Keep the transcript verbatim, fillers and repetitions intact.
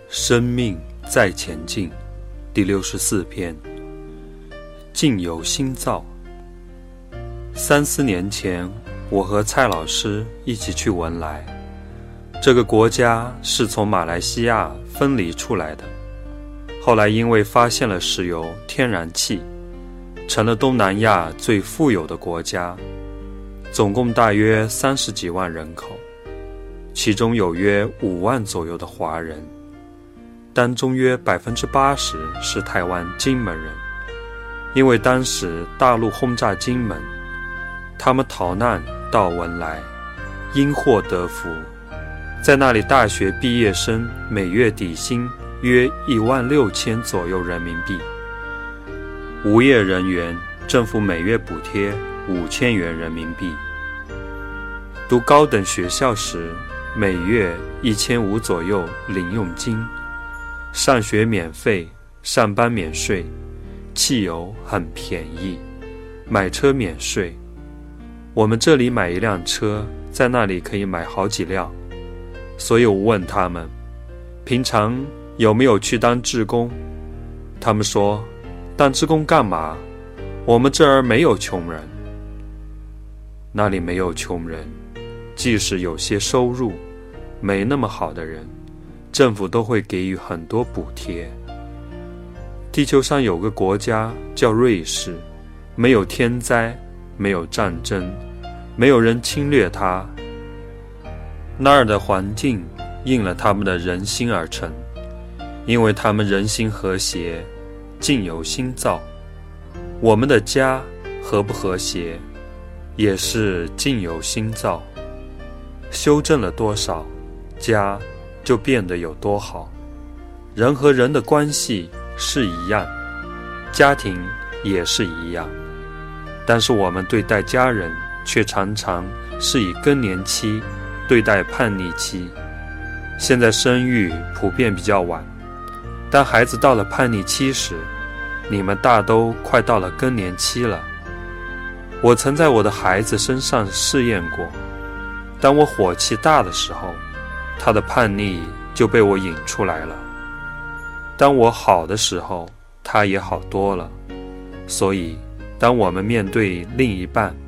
生命在前进，第六十四篇。境由心造。三四年前，我和蔡老师一起去文莱。这个国家是从马来西亚分离出来的，后来因为发现了石油、天然气，成了东南亚最富有的国家，总共大约三十几万人口，其中有约五万左右的华人，当中约百分之八十是台湾金门人。因为当时大陆轰炸金门，他们逃难到文莱，因祸得福，在那里大学毕业生每月底薪约一万六千左右人民币，无业人员政府每月补贴五千元人民币。读高等学校时，每月一千五左右零用金，上学免费，上班免税，汽油很便宜，买车免税。我们这里买一辆车，在那里可以买好几辆。所以我问他们，平常有没有去当志工？他们说，当志工干嘛？我们这儿没有穷人。那里没有穷人，即使有些收入没那么好的人，政府都会给予很多补贴。地球上有个国家叫瑞士，没有天灾，没有战争，没有人侵略它。那儿的环境应了他们的人心而成，因为他们人心和谐，境由心造。我们的家和不和谐，也是境由心造。修正了多少，家就变得有多好。人和人的关系是一样，家庭也是一样，但是我们对待家人却常常是以更年期对待叛逆期。现在生育普遍比较晚，当孩子到了叛逆期时，你们大都快到了更年期了。我曾在我的孩子身上试验过，当我火气大的时候，他的叛逆就被我引出来了。当我好的时候，他也好多了。所以当我们面对另一半，